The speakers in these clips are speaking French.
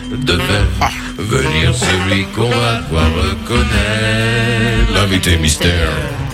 devait venir celui qu'on va devoir reconnaître. L'invité mystère.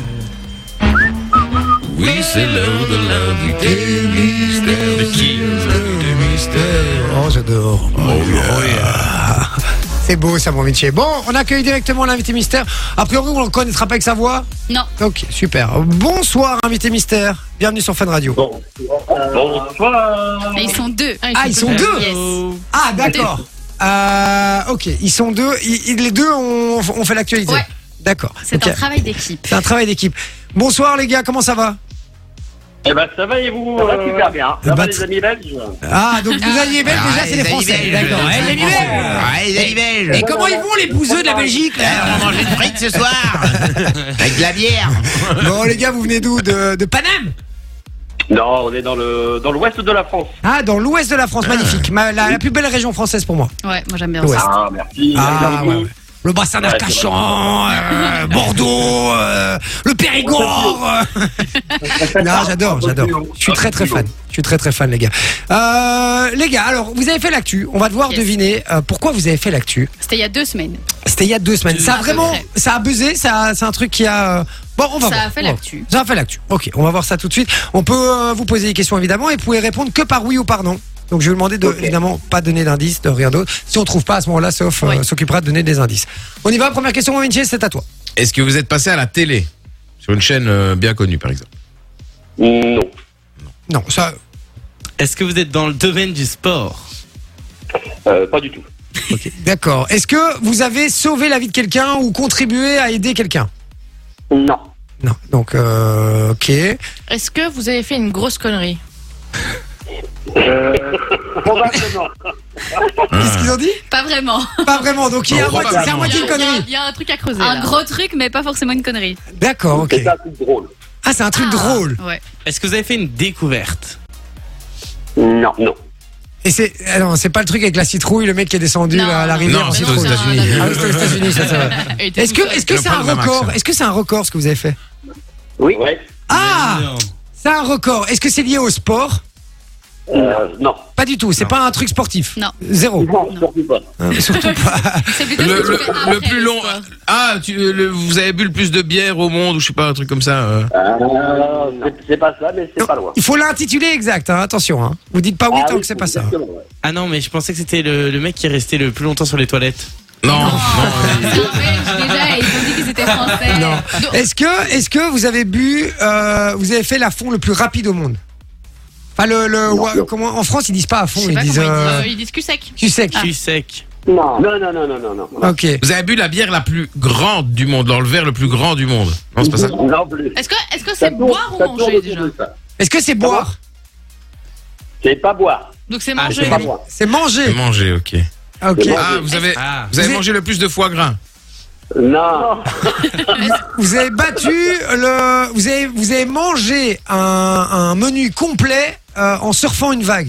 Oui, c'est l'heure de l'invité mystère. De qui l'invité mystère? Oh, j'adore. Oh yeah. C'est beau ça, mon Vinci. Bon, on accueille directement l'invité mystère. A priori, on ne le connaîtra pas avec sa voix. Non. Ok, super. Bonsoir, invité mystère. Bienvenue sur Fun Radio. Bonsoir. Et ils sont deux. Ah, ils sont deux. Yes. Ah, d'accord. Ok, ils sont deux. Les deux ont fait l'actualité. Ouais. D'accord. C'est Ok. un travail d'équipe. C'est un travail d'équipe. Bonsoir les gars, comment ça va? Eh ben ça va et vous? Ça va super bien. Ça va les amis belges? Ah, donc vous alliez belges, déjà c'est les Français. D'accord. Les amis belges. Et comment ils vont les bouseux de la Belgique là? On va manger une frite ce soir. Avec de la bière. Bon les gars, vous venez d'où? De Paname? Non, on est dans l'ouest de la France. Ah, dans l'ouest de la France, magnifique. La plus belle région française pour moi. Ouais, moi j'aime bien Ouais. ça. Ah, merci. Ah, Merci beaucoup. ouais. Le bassin d'Arcachon, Bordeaux, le Périgord. Non, j'adore. Je suis très fan. Je suis très fan, les gars. Les gars, alors, vous avez fait l'actu. On va devoir Yes. deviner pourquoi vous avez fait l'actu. C'était il y a 2 semaines. C'était il y a 2 semaines. Ça a À peu vraiment, près. ça a buzzé. C'est un truc qui a. Bon, on va Ça voir. a fait l'actu. Ça a fait l'actu. Ok, on va voir ça tout de suite. On peut vous poser des questions évidemment et vous pouvez répondre que par oui ou par non. Donc je vais vous demander de évidemment pas donner d'indices, de rien d'autre. Si on trouve pas à ce moment-là, Sauf Oui. s'occupera de donner des indices. On y va. Première question, mon Vinci, c'est à toi. Est-ce que vous êtes passé à la télé? Sur une chaîne bien connue, par exemple? Non. Non, ça. Est-ce que vous êtes dans le domaine du sport? Pas du tout. D'accord. Est-ce que vous avez sauvé la vie de quelqu'un ou contribué à aider quelqu'un? Non. Non. Donc, ok. Est-ce que vous avez fait une grosse connerie? Probablement. Qu'est-ce qu'ils ont dit? Pas vraiment. Pas vraiment. Donc il y a Non, c'est à moitié une connerie. Il y a un truc à creuser. Un là. gros truc, mais pas forcément une connerie. D'accord. Ok. C'est un truc drôle. Ah, c'est un truc drôle. Ouais. Est-ce que vous avez fait une découverte? Non. Et c'est pas le truc avec la citrouille, le mec qui est descendu Non, à la non, rivière non, en c'est aux citrouille. États-Unis. Ah oui, c'est aux États-Unis, ça, c'est vrai. Et t'es Est-ce tout seul. que c'est Le un problème, record? Max. Est-ce que c'est un record ce que vous avez fait? Oui. Ouais. Ah, Non. c'est un record. Est-ce que c'est lié au sport? Non. Pas du tout. C'est Non. pas un truc sportif. Non. Zéro. Non, surtout pas. Surtout pas. C'est plutôt ce que tu fais Le après plus le long. sport. Ah, vous avez bu le plus de bière au monde ou je sais pas, un truc comme ça. C'est pas ça, mais c'est pas loin. Il faut l'intituler exact. Hein. Attention. Hein. Vous dites pas oui tant que c'est pas ça. Exactement, ouais. Ah non, mais je pensais que c'était le mec qui est resté le plus longtemps sur les toilettes. Non. C'est un Belge, déjà, ils ont dit qu'ils étaient français. Non. Est-ce que vous avez bu, vous avez fait l'affont le plus rapide au monde? Enfin, Non. comment, en France, ils disent pas à fond, Je sais ils pas disent comment Ils disent cul sec. tu sais. Je suis sec. Non. Ok. Vous avez bu la bière la plus grande du monde, dans le verre le plus grand du monde. Non, c'est pas ça. Non plus. Est-ce que Ça c'est tourne- boire ou ça tourne manger autour déjà? de ça. Est-ce que c'est boire? C'est pas boire. Donc c'est Ah, manger. C'est pas boire. C'est manger. Manger, ok. Ok. C'est Ah, vous avez Vous avez- mangé le plus de foie gras. Non. Vous avez battu vous avez mangé un menu complet en surfant une vague.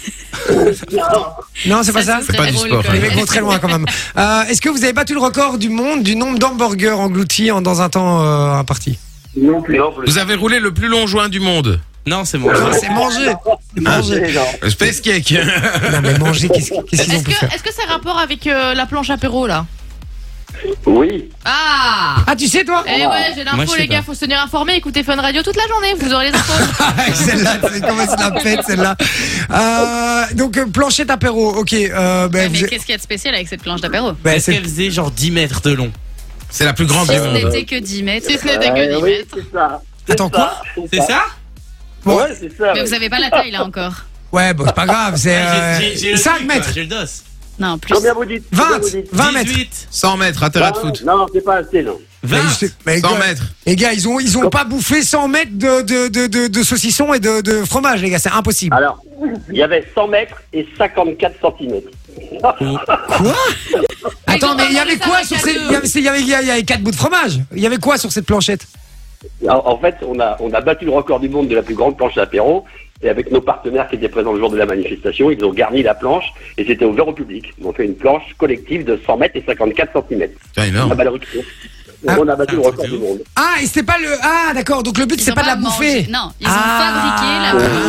Non, c'est pas ça. C'est pas du sport. Les mecs vont très loin quand même. Est-ce que vous avez battu le record du monde du nombre d'hamburgers engloutis dans un temps imparti? Non plus. Vous avez roulé le plus long joint du monde. Non, c'est mon Non, c'est manger. C'est manger. Non. Space cake. Non mais manger, qu'est-ce qu'ils ont pu faire? Est-ce que c'est rapport avec la planche apéro là? Oui. Ah. Ah, tu sais toi? Eh ouais, j'ai Moi, je l'info sais les gars, pas. faut se tenir informé, écoutez Fun Radio toute la journée, vous aurez les infos. Celle-là, c'est comment c'est la pète celle-là. Donc planchette apéro, ok. Ouais, mais Vous- qu'est-ce qu'il y a de spécial avec cette planche d'apéro? Est-ce qu'elle faisait genre 10 mètres de long? C'est la plus grande Si du ce monde. n'était que 10 mètres. Si ce n'était que 10 Oui, mètres. c'est ça. Attends, quoi? C'est ça? Bon. Ouais, c'est ça. Mais ouais. vous avez pas la taille là encore. Ouais, bon, c'est pas grave, c'est J'ai le 5 truc, mètres. quoi, J'ai le dos. Non, plus. Combien vous dites? 20, Combien vous dites 20 mètres. 18, 100 mètres à terrain de foot. Non, c'est pas assez, non. 20. Mais 100 gars, mètres. les gars, ils ont pas bouffé 100 mètres de saucisson et de fromage, les gars, c'est impossible. Alors, il y avait 100 mètres et 54 centimètres. Quoi? Attends, mais il y avait quoi sur cette. Il y avait 4 bouts de fromage. Il y avait quoi sur cette planchette? En fait, on a battu le record du monde de la plus grande planche d'apéro. Et avec nos partenaires qui étaient présents le jour de la manifestation, ils ont garni la planche et c'était ouvert au public. Ils ont fait une planche collective de 100 mètres et 54 cm. C'est énorme. Ah bah, le record. On a battu le record du monde. Ah, et c'était pas le. Ah, d'accord. Donc le but, c'est ont pas de la mangé. bouffer. Non, ils ont fabriqué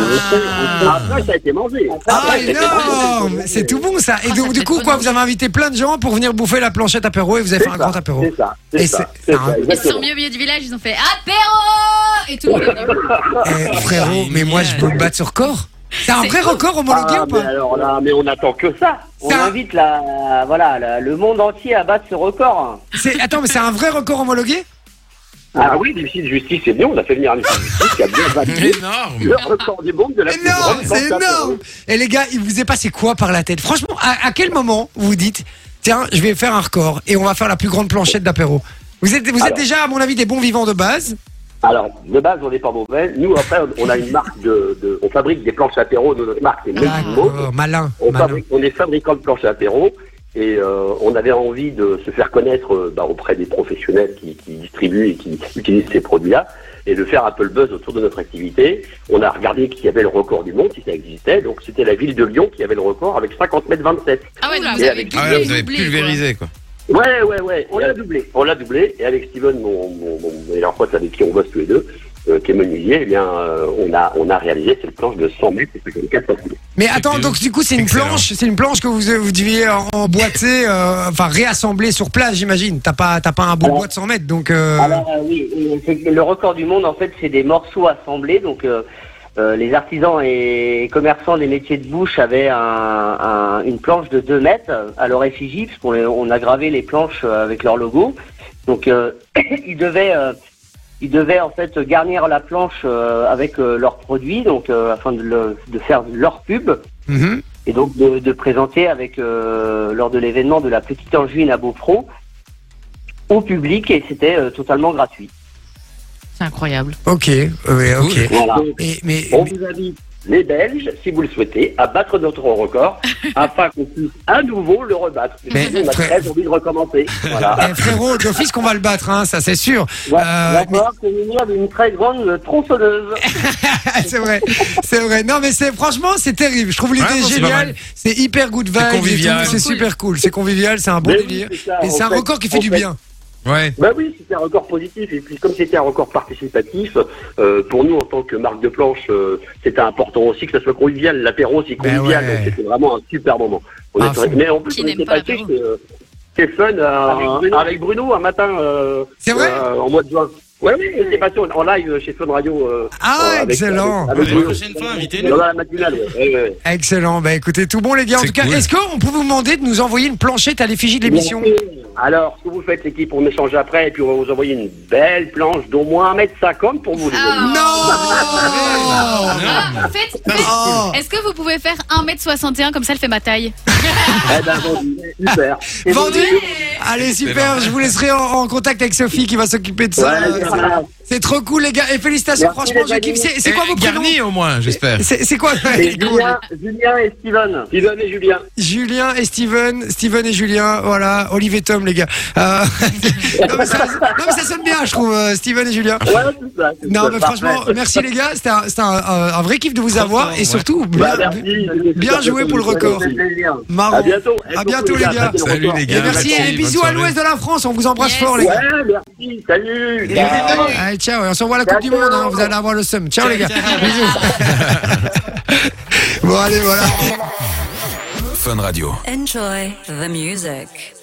la. Après, ça a été mangé. Ah, Après, ça a été énorme. mangé. C'est tout bon, ça. Et Ah, donc, ça du fait coup, trop quoi, bon. vous avez invité plein de gens pour venir bouffer la planchette apéro et vous avez fait un grand apéro. C'est ça. Et C'est ça. c'est- C'est ah. ça, Ils sont exactement. mis au milieu du village, ils ont fait apéro et tout le monde est venu. Eh, frérot, mais moi, je peux me battre sur corps. C'est un vrai record homologué Ah, ou pas? mais alors là, mais on attend que ça. On Ça- invite le monde entier à battre ce record. Attends, mais c'est un vrai record homologué? Ah oui, l'huissier de justice est venu, on a fait venir un huissier de justice qui a bien battu Énorme. le record du monde de la plus Énorme, grande c'est planche énorme. apéro. Et les gars, il vous est passé quoi par la tête? Franchement, à quel moment vous vous dites, tiens, je vais faire un record et on va faire la plus grande planchette d'apéro? Vous êtes Alors. déjà, à mon avis, des bons vivants de base. Alors, de base, on n'est pas mauvais. Nous, après, on a une marque on fabrique des planches apéro de notre marque, c'est Melimo. D'accord, malin, On, malin. on est fabricant de planches apéro et on avait envie de se faire connaître auprès des professionnels qui distribuent et qui utilisent ces produits-là et de faire un peu le buzz autour de notre activité. On a regardé qui avait le record du monde, si ça existait. Donc, c'était la ville de Lyon qui avait le record avec 50 mètres 27. Ah ouais, donc vous Et avez avec- Ah doublé, ouais, vous avez doublé, pulvérisé, quoi. Ouais, on l'a doublé. On l'a doublé. Et avec Steven, mon meilleur pote avec qui on bosse tous les deux, qui est menuisier, eh bien, on a réalisé cette planche de 100 mètres et 54 cm. Mais attends, donc du coup, c'est une planche que vous deviez emboîter, enfin réassembler sur place, j'imagine. T'as pas un bout de bois de 100 mètres, donc. Alors oui, le record du monde en fait c'est des morceaux assemblés. Donc les artisans et commerçants des métiers de bouche avaient une planche de 2 mètres à leur effigie, parce qu'on a gravé les planches avec leur logo. Donc ils devaient en fait garnir la planche avec leurs produits, donc afin de faire leur pub. Mhm. Et donc de présenter avec lors de l'événement de la Petite Angevine à Beaupro au public, et c'était totalement gratuit. C'est incroyable. Ok, ouais, ok. Voilà. Mais On vous invite, les Belges, si vous le souhaitez, à battre notre record afin qu'on puisse à nouveau le rebattre. Mais, On a frère- très envie de recommencer. Voilà. frérot, d'office qu'on va le battre, hein, ça c'est sûr. Il va falloir se munir d'une très grande tronçonneuse. c'est vrai. Non, mais franchement, c'est terrible. Je trouve l'idée Ouais, non, c'est pas géniale. mal. C'est hyper good vibe. C'est convivial. et tout, C'est super cool. C'est convivial. C'est un bon Mais oui, délire. c'est ça, Et c'est en un fait, record qui fait en du fait. bien. Ouais. Bah oui, c'était un record positif. Et puis comme c'était un record participatif, pour nous en tant que marque de planche, c'était important aussi que ça soit convivial. L'apéro c'est Ben convivial, ouais. donc c'était vraiment un super moment. On À est fond. mais en plus Qui on n'aime était pas passé l'apéro chez Fun avec Bruno un matin. C'est vrai en mois de juin. Ouais, oui, on était passé en live chez Fun Radio. Ah, excellent. Avec La Bruno. prochaine fois, invitez-nous. Dans la matinale, ouais. Excellent. Bah écoutez, tout bon les gars. En C'est tout cas, cool. est-ce qu'on peut vous demander de nous envoyer une planchette à l'effigie de l'émission? Alors, ce que vous faites, l'équipe, on échange après, et puis on va vous envoyer une belle planche d'au moins 1m50 pour vous, les amis. Non. Faites, est-ce que vous pouvez faire 1m61 comme ça elle fait ma taille? Eh ben, vendu. Super. Et Vendu. vous- Allez, super. Je vous laisserai en contact avec Sophie qui va s'occuper de ça. Ouais, voilà. C'est trop cool les gars. Et félicitations. Merci, Franchement, les je kiffe. amis. C'est quoi vos prénoms? Garni au moins, j'espère. C'est quoi? Et Julien et Steven. Steven et Julien. Julien et Steven et Julien, voilà, Olivier et Tom les gars. Non, mais ça sonne bien je trouve, Steven et Julien. Ouais, c'est ça. c'est Non ça, mais parfait. franchement, merci les gars, c'était un vrai kiff de vous avoir et surtout Bah, bien, merci. bien joué pour le record. Ça fait plaisir. Marrant. À bientôt. À bientôt les gars. Passez le Salut, record. les Et gars. merci et Bonne bisous à soirée. l'ouest de la France, on vous embrasse Yes. fort les gars. Ouais, merci. Salut. Ciao. Allez, ciao, et on s'envoie la Coupe du Ciao. Monde, hein, vous allez avoir le seum. Ciao les gars. Bisous. Bon allez voilà. Enjoy the music.